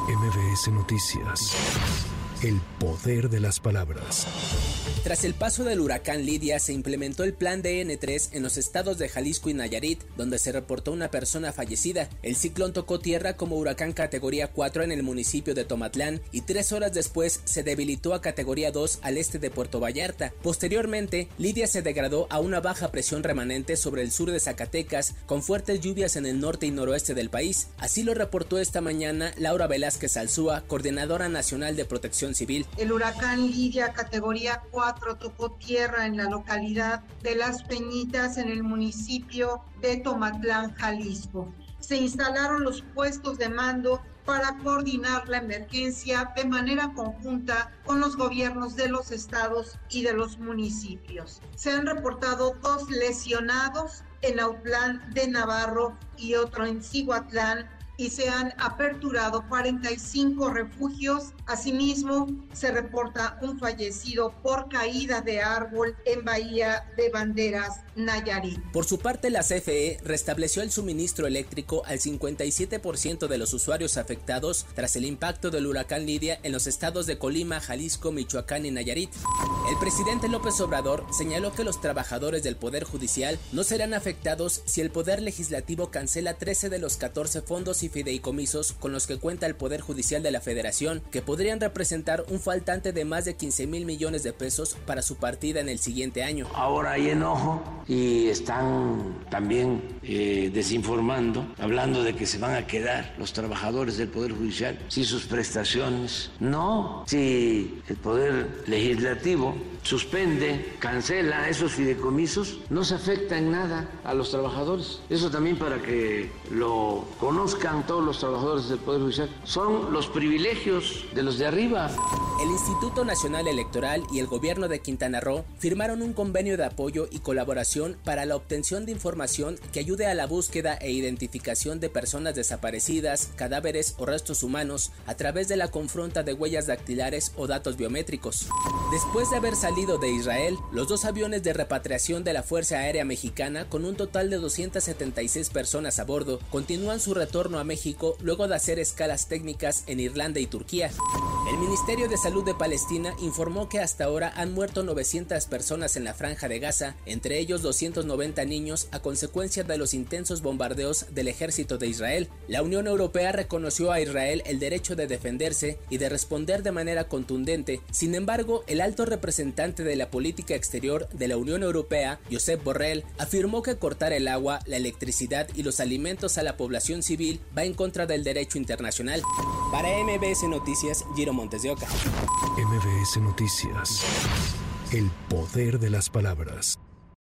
MBS Noticias. El poder de las palabras. Tras el paso del huracán Lidia, se implementó el plan DN3 en los estados de Jalisco y Nayarit, donde se reportó una persona fallecida. El ciclón tocó tierra como huracán categoría 4 en el municipio de Tomatlán y 3 horas después se debilitó a categoría 2 al este de Puerto Vallarta. Posteriormente, Lidia se degradó a una baja presión remanente sobre el sur de Zacatecas, con fuertes lluvias en el norte y noroeste del país. Así lo reportó esta mañana Laura Velázquez Alzúa, coordinadora nacional de Protección Civil. El huracán Lidia, categoría 4, tocó tierra en la localidad de Las Peñitas, en el municipio de Tomatlán, Jalisco. Se instalaron los puestos de mando para coordinar la emergencia de manera conjunta con los gobiernos de los estados y de los municipios. Se han reportado 2 lesionados en Autlán de Navarro y otro en Cihuatlán, y se han aperturado 45 refugios. Asimismo, se reporta un fallecido por caída de árbol en Bahía de Banderas, Nayarit. Por su parte, la CFE restableció el suministro eléctrico al 57% de los usuarios afectados tras el impacto del huracán Lidia en los estados de Colima, Jalisco, Michoacán y Nayarit. El presidente López Obrador señaló que los trabajadores del Poder Judicial no serán afectados si el Poder Legislativo cancela 13 de los 14 fondos y fideicomisos con los que cuenta el Poder Judicial de la Federación, que podrían representar un faltante de más de 15,000 millones de pesos para su partida en el siguiente año. Ahora hay enojo y están también desinformando, hablando de que se van a quedar los trabajadores del Poder Judicial sin sus prestaciones. No, si el Poder Legislativo suspende, cancela esos fideicomisos, no se afecta en nada a los trabajadores. Eso también para que lo conozcan todos los trabajadores del Poder Judicial. Son los privilegios de los de arriba. El Instituto Nacional Electoral y el gobierno de Quintana Roo firmaron un convenio de apoyo y colaboración para la obtención de información que ayude a la búsqueda e identificación de personas desaparecidas, cadáveres o restos humanos a través de la confronta de huellas dactilares o datos biométricos. Después de haber salido de Israel, los 2 aviones de repatriación de la Fuerza Aérea Mexicana, con un total de 276 personas a bordo, continúan su retorno a México luego de hacer escalas técnicas en Irlanda y Turquía. El Ministerio de Salud de Palestina informó que hasta ahora han muerto 900 personas en la Franja de Gaza, entre ellos 290 niños a consecuencia de los intensos bombardeos del ejército de Israel. La Unión Europea reconoció a Israel el derecho de defenderse y de responder de manera contundente. Sin embargo, el alto representante de la política exterior de la Unión Europea, Josep Borrell, afirmó que cortar el agua, la electricidad y los alimentos a la población civil va en contra del derecho internacional. Para MBS Noticias, Giro Montes de Oca. MBS Noticias. El poder de las palabras.